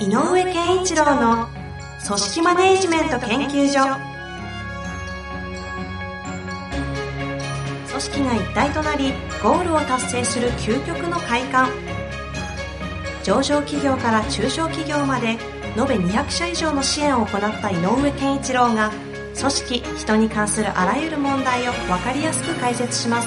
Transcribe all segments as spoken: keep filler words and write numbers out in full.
井上健一郎の組織マネジメント研究所。組織が一体となりゴールを達成する究極の快感。上場企業から中小企業まで延べにひゃくしゃ以上の支援を行った井上健一郎が、組織・人に関するあらゆる問題を分かりやすく解説します。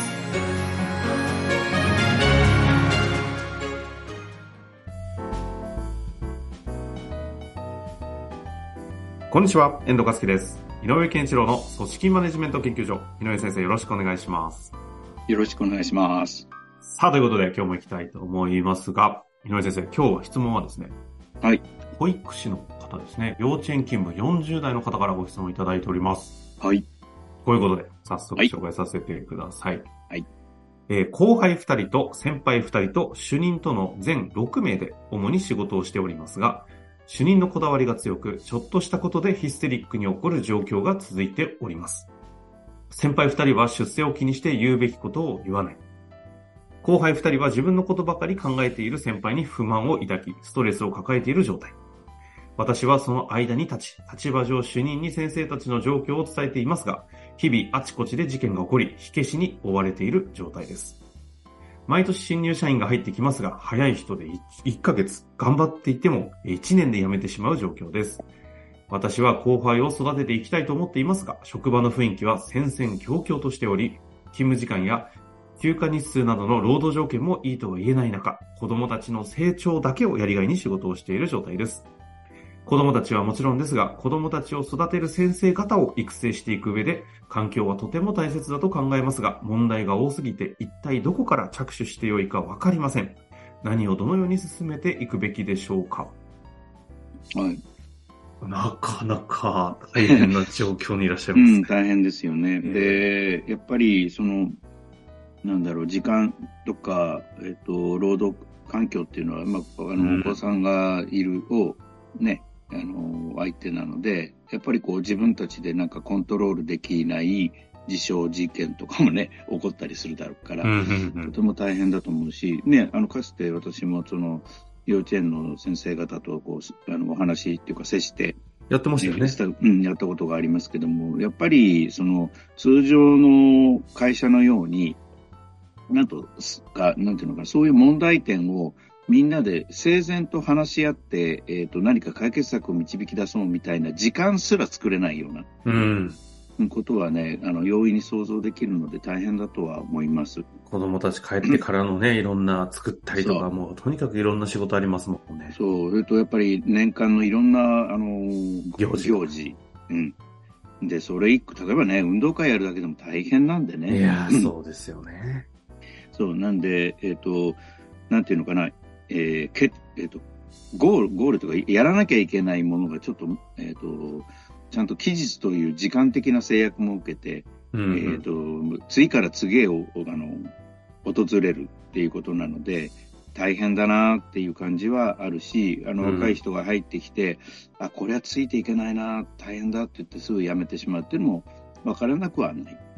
こんにちは、遠藤和樹です。井上健一郎の組織マネジメント研究所。井上先生、よろしくお願いします。 よろしくお願いします。 さあ、ということで今日も行きたいと思いますが、井上先生、今日は質問はですね、 はい。 保育士の方ですね、幼稚園勤務よんじゅう代の方からご質問いただいております。 はい。 こういうことで、早速紹介させてください。 はい。 えー、後輩ふたりと先輩ふたりと主任との全ろくめいで主に仕事をしておりますが、主任のこだわりが強く、ちょっとしたことでヒステリックに起こる状況が続いております。先輩ふたりは出世を気にして言うべきことを言わない。後輩ふたりは自分のことばかり考えている先輩に不満を抱き、ストレスを抱えている状態。私はその間に立ち、立場上主任に先生たちの状況を伝えていますが、日々あちこちで事件が起こり、火消しに追われている状態です。毎年新入社員が入ってきますが、早い人でいっかげつ、頑張っていてもいちねんで辞めてしまう状況です。私は後輩を育てていきたいと思っていますが、職場の雰囲気は戦々恐々としており、勤務時間や休暇日数などの労働条件もいいとは言えない中、子供たちの成長だけをやりがいに仕事をしている状態です。子供たちはもちろんですが、子供たちを育てる先生方を育成していく上で、環境はとても大切だと考えますが、問題が多すぎて一体どこから着手してよいかわかりません。何をどのように進めていくべきでしょうか。 はい。 なかなか大変な状況にいらっしゃいますね。 うん、大変ですよね。で、やっぱりその、なんだろう、時間とか、えっと、労働環境っていうのは、まあ、あの、お子さんがいるを、ね、あの、相手なので、やっぱりこう自分たちでなんかコントロールできない事象事件とかもね、起こったりするだろうから、 うんうんうん、 とても大変だと思うし、ね、あの、かつて私もその、幼稚園の先生方とこう、あの、お話っていうか接して、 やってましたよね。 うん、やったことがありますけども、やっぱり、その、通常の会社のように、なんとか、なんていうのかな、そういう問題点をみんなで整然と話し合って、えっと、何か解決策を導き出そうみたいな時間すら作れないような、うん、ことはね、あの、容易に想像できるので大変だとは思います。 子供たち帰ってからのね、いろんな作ったりとか、もうとにかくいろんな仕事ありますもんね。 そう、それとやっぱり年間のいろんな、あの、 行事。 行事。うん。で、それ一個、例えばね、運動会やるだけでも大変なんでね。 いやー、そうですよね。 そう、なんで、えっと、なんていうのかな、えー、け、えっと、ゴール、ゴールとか、やらなきゃいけないものがちょっと、えっと、ちゃんと期日という時間的な制約も受けて、うんうん、えっと、次から次へを、あの、訪れるっていうことなので、大変だなっていう感じはあるし、あの、若い人が入ってきて、うん、あ、これはついていけないな、大変だって言ってすぐ辞めてしまうっていうのもわからなくはない。 うん、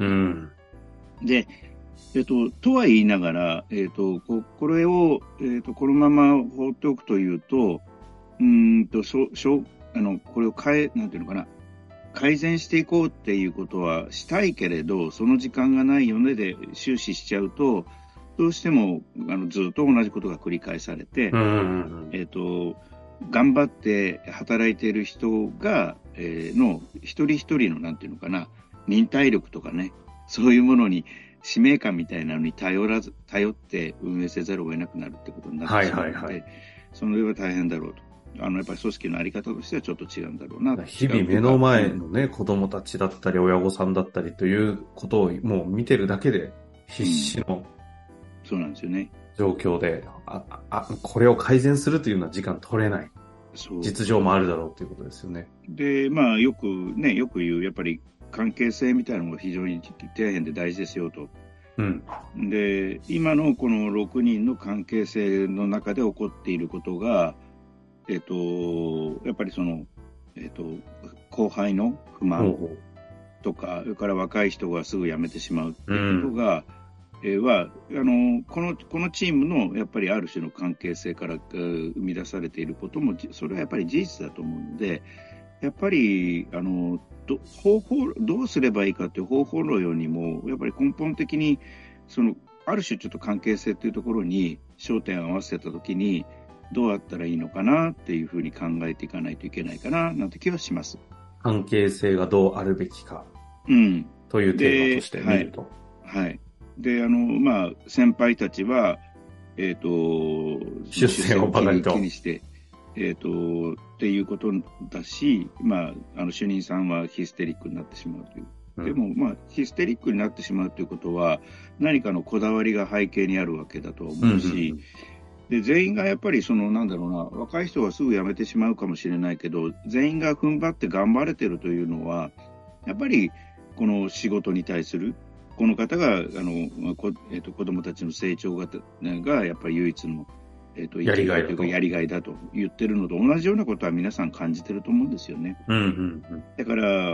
で、えっと、とは言いながら、えっと、こ、これを、えっと、このまま放っておくというと、うーんと、しょ、しょ、あの、これを変え、なんていうのかな、改善していこうっていうことはしたいけれど、その時間がないよねで終始しちゃうと、どうしても、あの、ずっと同じことが繰り返されて、 うんうんうん、 えっと、頑張って働いている人が、えー、の、一人一人の、なんていうのかな、忍耐力とかね、そういうものに、使命感みたいなのに頼らず、頼って運営せざるを得なくなるってことになってしまうので、はいはいはい、その上は大変だろうと。あの、やっぱり組織のあり方としてはちょっと違うんだろうな。 日々目の前のね、子供たちだったり、親御さんだったりということをもう見てるだけで必死の、うん、 そうなんですよね。 状況で、あ、あ、これを改善するというような時間取れない。そう実情もあるだろうということですよね。 で、まあ、よくね、よく言う、やっぱり関係性みたいなのが非常に底辺で大事ですよと。 うん、 で、今のこのろくにんの関係性の中で起こっていることが、えっと、やっぱりその、えっと、後輩の不満とか、それから若い人がすぐ辞めてしまうっていうことが、 は、あの、この、このチームのやっぱりある種の関係性から生み出されていることも、それはやっぱり事実だと思うので、やっぱり、あの、ど方法、どうすればいいかという方法論よりも、やっぱり根本的に、その、ある種ちょっと関係性というところに焦点を合わせたときに、どうやったらいいのかなっていうふうに考えていかないといけないかな、なんて気はします。 関係性がどうあるべきか。 うん。 というテーマとして見ると。 はい。はい。で、あの、まあ、先輩たちは、えっ、と、 出世をばかりと。 気にして、えっ、と、っていうことだし、まあ、あの、主任さんはヒステリックになってしまうという。うん、でも、まあ、ヒステリックになってしまうということは、何かのこだわりが背景にあるわけだと思うし、うんうんうん、で、全員がやっぱりその、なんだろうな、若い人はすぐ辞めてしまうかもしれないけど、全員が踏ん張って頑張れてるというのは、やっぱり、この仕事に対する、この方が、あの、こえーと、子供たちの成長が、がやっぱり唯一の、えーと、 やりがいだと。 やりがいだと言ってるのと同じようなことは皆さん感じてると思うんですよね。 うんうんうん、 だから、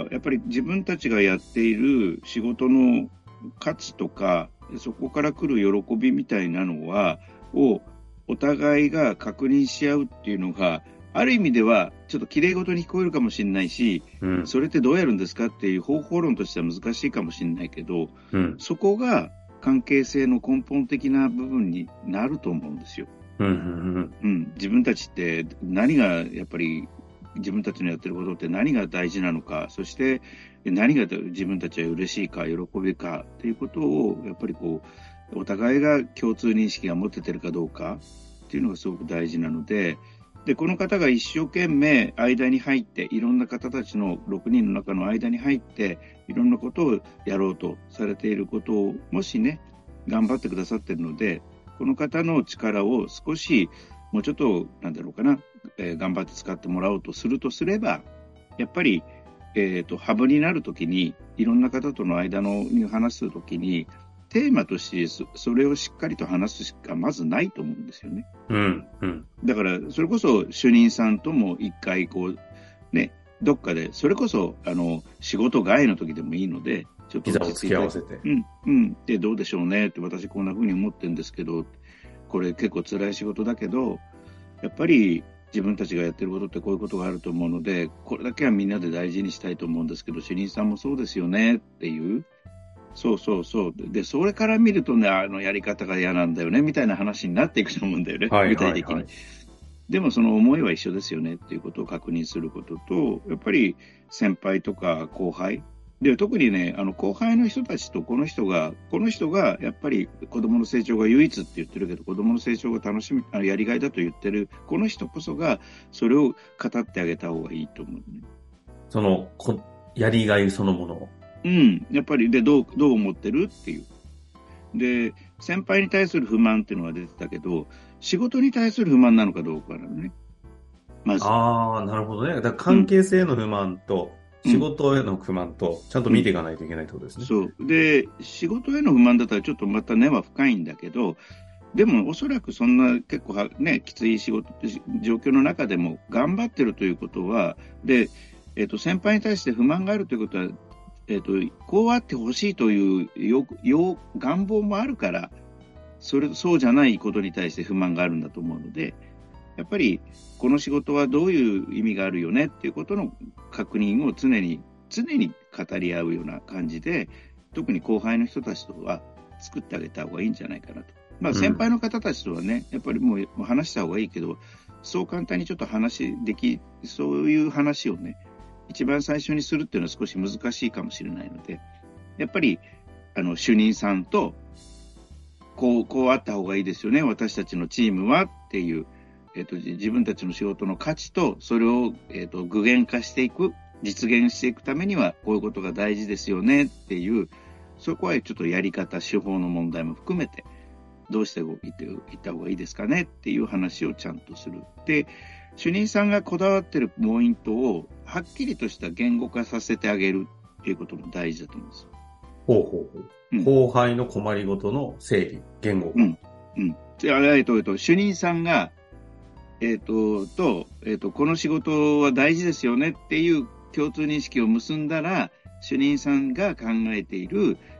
やっぱり自分たちがやっている仕事の価値とか、そこから来る喜びみたいなのは、をお互いが確認し合うっていうのが、ある意味ではちょっと綺麗事に聞こえるかもしれないし、うん、それってどうやるんですかっていう方法論としては難しいかもしれないけど、うん、そこが関係性の根本的な部分になると思うんですよ。 うんうんうんうん、自分たちって何がやっぱり自分たちのやってることって何が大事なのか、そして何が自分たちは嬉しいか喜びかっていうことをやっぱりこうお互いが共通認識が持ててるかどうかっていうのがすごく大事なので、で、この方が一生懸命間に入って、いろんな方たちのろくにんの中の間に入って、いろんなことをやろうとされていることを、もしね、頑張ってくださっているので、この方の力を少し、もうちょっと、なんだろうかな、えー、頑張って使ってもらおうとするとすれば、やっぱり、えっと、ハブになるときに、いろんな方との間のに話すときに、テーマとしてそれをしっかりと話すしかまずないと思うんですよね。 うんうん。 だからそれこそ主任さんとも一回こうね、どっかでそれこそあの仕事外の時でもいいので、 ちょっと膝を突き合わせて、 うんうんでどうでしょうねって、私こんな風に思ってるんですけど、これ結構辛い仕事だけど、やっぱり自分たちがやってることってこういうことがあると思うので、これだけはみんなで大事にしたいと思うんですけど、主任さんもそうですよねっていう。そうそうそう。で、それから見るとね、あのやり方が嫌なんだよね、みたいな話になっていくと思うんだよね、 はいはいはい、 具体的に。でもその思いは一緒ですよねっていうことを確認することと、やっぱり先輩とか後輩。で、特にね、あの後輩の人たちとこの人が、この人がやっぱり子供の成長が唯一って言ってるけど、子供の成長が楽しみ、あのやりがいだと言ってる、この人こそがそれを語ってあげた方がいいと思うね。 そのこ、やりがいそのものを。 うん、やっぱりでどうどう思ってるっていう。で、先輩に対する不満っていうのが出てたけど、仕事に対する不満なのかどうかなのね。まず。 ああ、なるほどね。だから関係性への不満と、うん、仕事への不満とちゃんと見ていかないといけないってことですね。 うん、そう。で、仕事への不満だったらちょっとまた根は深いんだけど、でもおそらくそんな結構はねきつい仕事状況の中でも頑張ってるということは、で、えっと先輩に対して不満があるということは。えっと、こうあってほしいというよよ願望もあるから、それそうじゃないことに対して不満があるんだと思うので、やっぱりこの仕事はどういう意味があるよねっていうことの確認を常に常に語り合うような感じで、特に後輩の人たちとは作ってあげた方がいいんじゃないかなと。まあ先輩の方たちとはね、やっぱりもう話した方がいいけど、そう簡単にちょっと話でき、そういう話をね、一番最初にするっていうのは少し難しいかもしれないので、やっぱりあの主任さんとこうこうあった方がいいですよね、私たちのチームはっていう、えーと、自分たちの仕事の価値とそれを、えーと、具現化していく、実現していくためにはこういうことが大事ですよねっていう、そこはちょっとやり方、手法の問題も含めてどうしていっていった方がいいですかねっていう話をちゃんとする。で、主任さんがこだわっているポイントをはっきりとした言語化させてあげるっていうことも大事だと思うんです。 ほうほうほう。うん、後輩の困りごとの整理、言語化。 うん。うん。じゃあ、えっと、えっと、主任さんが、えっと、と、えっと、この仕事は大事ですよねっていう共通認識を結んだら、主任さんが考えている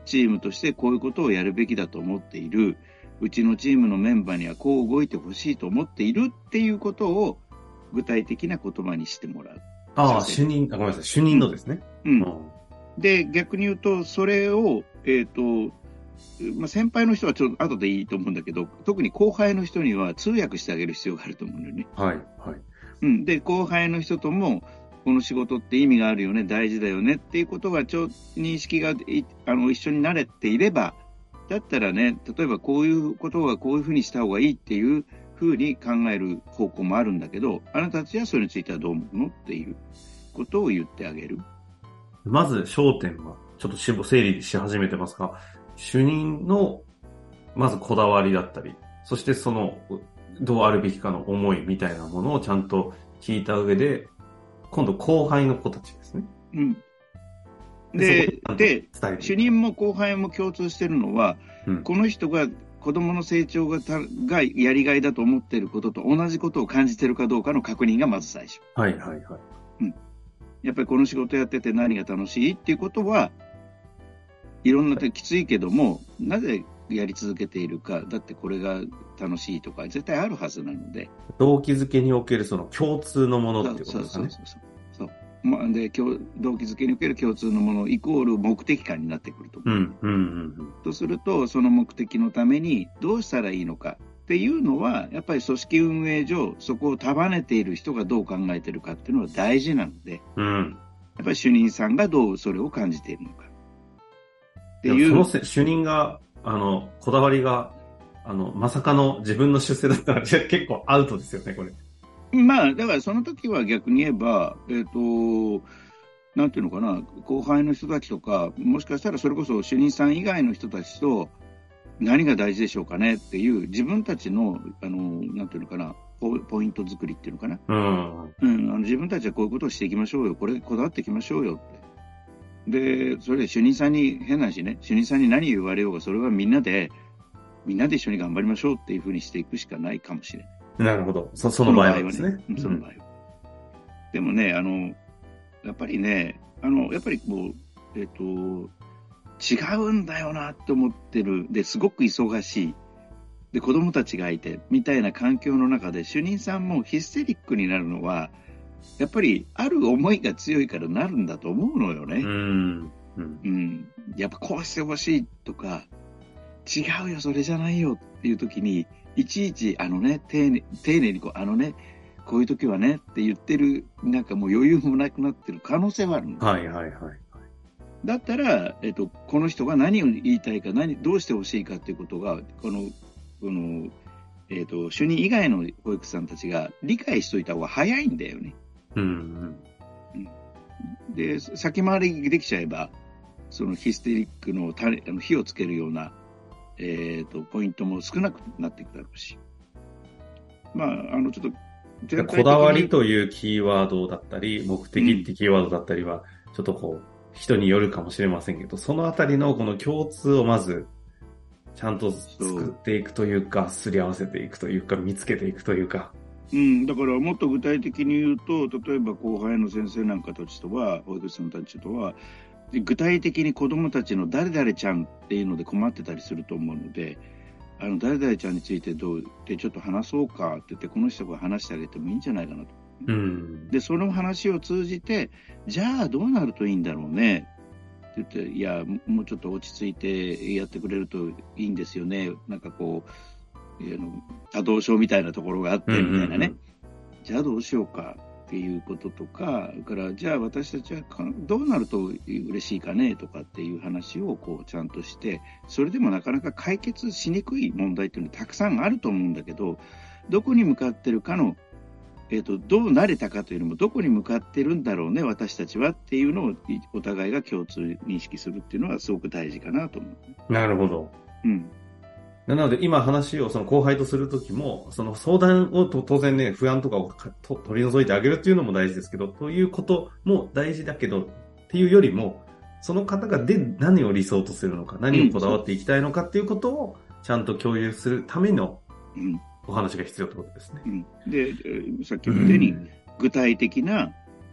チームとしてこういうことをやるべきだと思っている。うちのチームのメンバーにはこう動いてほしいと思っているっていうことを具体的な言葉にしてもらう。 ああ、主任、あ、ごめんなさい、主任のですね。 うん。うん、で、逆に言うと、それを、えっと、まあ、先輩の人はちょっと後でいいと思うんだけど、特に後輩の人には通訳してあげる必要があると思うんだよね。 はい、はい。 うん。で、後輩の人とも、この仕事って意味があるよね、大事だよねっていうことがちょ認識があの一緒になれていれば、だったらね、例えばこういうことはこういうふうにした方がいいっていうふうに考える方向もあるんだけど、あなたたちはそれについてはどう思うのっていうことを言ってあげる。 まず焦点は、ちょっと整理し始めてますが、主任の、まずこだわりだったり、そしてその、どうあるべきかの思いみたいなものをちゃんと聞いた上で、今度後輩の子たちですね。 うん。で、で、主任も後輩も共通してるのは、うん、この人が子供の成長がたがやりがいだと思っていることと同じことを感じているかどうかの確認がまず最初。 はいはいはい。 うん。やっぱりこの仕事やってて何が楽しいっていうことは、いろんなきついけども、なぜやり続けているか、だってこれが楽しいとか絶対あるはずなので。 動機づけにおけるその共通のものっていうことですかね。そうそうそうそう。まあ、で、動機づけにおける共通のものイコール目的感になってくると思う。うんうんうん、とすると、その目的のためにどうしたらいいのかっていうのは、やっぱり組織運営上、そこを束ねている人がどう考えているかっていうのは大事なので、うん、やっぱり主任さんがどうそれを感じているのか。 っていう。その主任が、あの、こだわりが、あの、まさかの自分の出世だったら結構アウトですよね、これ。 まあ、だからその時は逆に言えば、えっと、なんていうのかな、後輩の人たちとか、もしかしたらそれこそ主任さん以外の人たちと何が大事でしょうかねっていう自分たちの、あの、なんていうのかな、ポ, ポイント作りっていうのかな。うん。うん、あの自分たちはこういうことをしていきましょうよ。これこだわっていきましょうよって。で、それで主任さんに、変な話ね、主任さんに何言われようが、それはみんなで、みんなで一緒に頑張りましょうっていうふうにしていくしかないかもしれない。 なるほど。そ, その場合はですね。 その場合は、ね。うん、でもね、あの、やっぱりね、あの、やっぱりこう、えっと、違うんだよなって思ってる。で、すごく忙しい。で、子供たちがいて、みたいな環境の中で、主任さんもヒステリックになるのは、やっぱり、ある思いが強いからなるんだと思うのよね。うん。うん。うん、やっぱこうしてほしいとか、違うよ、それじゃないよっていう時に、いちいち、あのね、丁寧、丁寧にこう、あのね、こういう時はねって言ってる、なんかもう余裕もなくなってる可能性はあるんだ。 はいはいはい。 だったら、えっと、この人が何を言いたいか、何、どうしてほしいかっていうことが、この、この、えっと、主任以外の保育士さんたちが理解しといた方が早いんだよね。うん、うん。で、先回りできちゃえば、そのヒステリックの種、あの火をつけるような、えっと、ポイントも少なくなっていくだろうし。まあ、あの、ちょっと、 こだわりというキーワードだったり、目的ってキーワードだったりは、ちょっとこう、人によるかもしれませんけど、そのあたりのこの共通をまず、ちゃんと作っていくというか、すり合わせていくというか、見つけていくというか。 うん、だからもっと具体的に言うと、例えば後輩の先生なんかたちとは、保育士さんたちとは、具体的に子供たちの誰々ちゃんっていうので困ってたりすると思うので、あの誰々ちゃんについてどうってちょっと話そうかって言って、この人が話してあげてもいいんじゃないかなと。うん、で、その話を通じて、じゃあどうなるといいんだろうねって言って、いや、もうちょっと落ち着いてやってくれるといいんですよね。なんかこう、あの多動症みたいなところがあってみたいなね。うんうんうん、じゃあどうしようかっていうこととか、だからじゃあ私たちはどうなると嬉しいかねとかっていう話をこうちゃんとして、それでもなかなか解決しにくい問題っていうのはたくさんあると思うんだけど、どこに向かってるかの、えーと、どうなれたかというよりもどこに向かってるんだろうね私たちはっていうのをお互いが共通認識するっていうのはすごく大事かなと思う。 なるほど。 うん。 なので今話をその後輩とするときも、その相談をと当然ね、不安とかをと取り除いてあげるっていうのも大事ですけど、ということも大事だけど、っていうよりも、その方がで何を理想とするのか、何をこだわっていきたいのかっていうことをちゃんと共有するためのお話が必要ってことですね。 うん、で、さっきみたいに具体的な、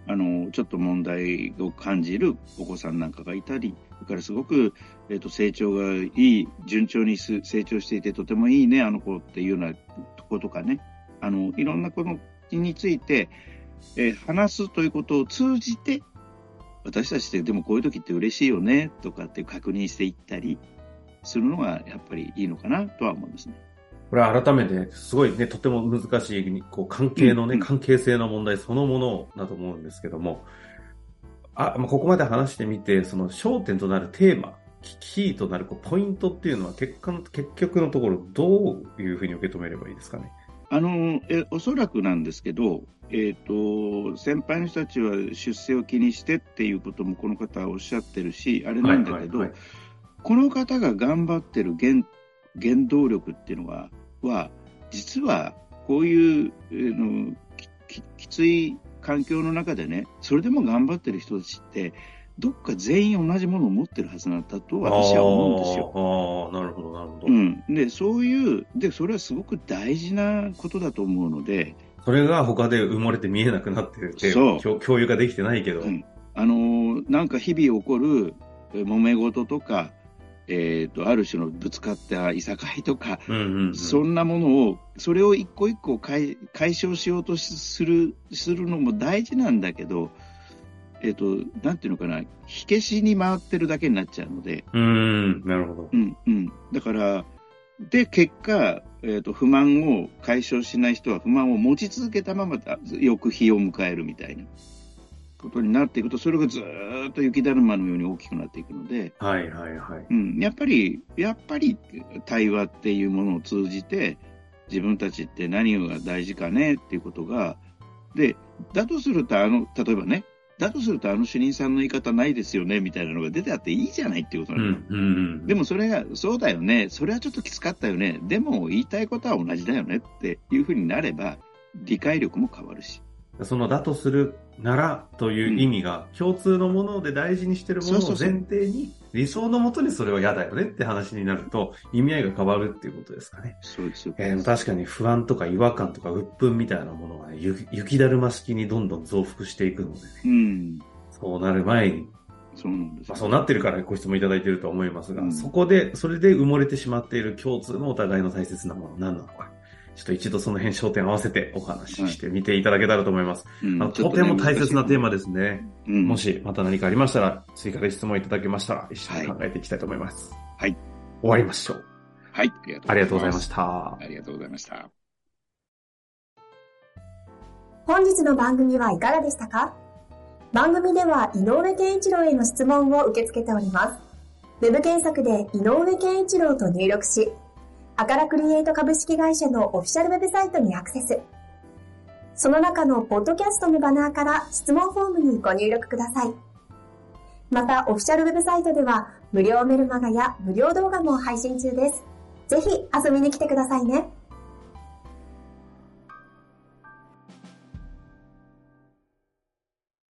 あの、ちょっと問題を感じるお子さんなんかがいたり、それからすごく、えっと、成長がいい、順調に成長していてとてもいいね、あの子っていうようなとことかね、あの、いろんなことについて、えー、話すということを通じて、私たちってでもこういう時って嬉しいよね、とかって確認していったりするのがやっぱりいいのかなとは思いますね。 これは改めて、すごいね、とても難しい、こう、関係のね、うんうん、関係性の問題そのものだと思うんですけども、あ、まあ、ここまで話してみて、その焦点となるテーマ、キーとなるこうポイントっていうのは結果の、結局のところ、どういうふうに受け止めればいいですかね。 あの、え、おそらくなんですけど、えっと、先輩の人たちは出世を気にしてっていうこともこの方はおっしゃってるし、あれなんだけど、はいはいはい、この方が頑張ってる原、原動力っていうのは、は、実は、こういう、えー、のき、きつい環境の中でね、それでも頑張ってる人たちって、どっか全員同じものを持ってるはずなんだと私は思うんですよ。 ああ、なるほど、なるほど。 うん。で、そういう、で、それはすごく大事なことだと思うので。 それが他で埋もれて見えなくなってて、そう。共有ができてないけど。うん。 あの、なんか日々起こる揉め事とか、えっと、ある種のぶつかったいさかいとか、うんうんうん、そんなものを、それを一個一個解、解消しようとする、するのも大事なんだけど、えっと、なんていうのかな、火消しに回ってるだけになっちゃうので。 うーん、なるほど。 うんうん。だから、で、結果、えっと、不満を解消しない人は不満を持ち続けたまま、よく日を迎えるみたいなことになっていくと、それがずーっと雪だるまのように大きくなっていくので、 はいはいはい。 うん、やっぱり、やっぱり対話っていうものを通じて、自分たちって何が大事かねっていうことが、で、だとすると、あの、例えばね、だとするとあの主任さんの言い方ないですよねみたいなのが出てあっていいじゃないっていうことなの、うんうんうん、でもそれがそうだよね、それはちょっときつかったよね、でも言いたいことは同じだよねっていうふうになれば理解力も変わるし、 そのだとするならという意味が、うん、共通のもので大事にしているものを前提に理想のもとにそれは嫌だよねって話になると意味合いが変わるっていうことですかね。 そうですよ、 えー、確かに不安とか違和感とか鬱憤みたいなものが、ね、雪, 雪だるま式にどんどん増幅していくのでね、うん、そうなる前にそうなんです、ね、 まあ、そうなってるからご質問いただいていると思いますが、うん、そこでそれで埋もれてしまっている共通のお互いの大切なもの何なのか、ちょっと一度その辺焦点を合わせてお話ししてみていただけたらと思います。はい、うん、あのとても大切なテーマですね、うん。もしまた何かありましたら、追加で質問いただけましたら、一緒に考えていきたいと思います。 はい。 終わりましょう。 はい。 ありがとうございました。 ありがとうございました。 本日の番組はいかがでしたか？番組では井上健一郎への質問を受け付けております。ウェブ検索で井上健一郎と入力し、アカラクリエイト株式会社のオフィシャルウェブサイトにアクセス。その中のポッドキャストのバナーから質問フォームにご入力ください。また、オフィシャルウェブサイトでは無料メルマガや無料動画も配信中です。ぜひ遊びに来てくださいね。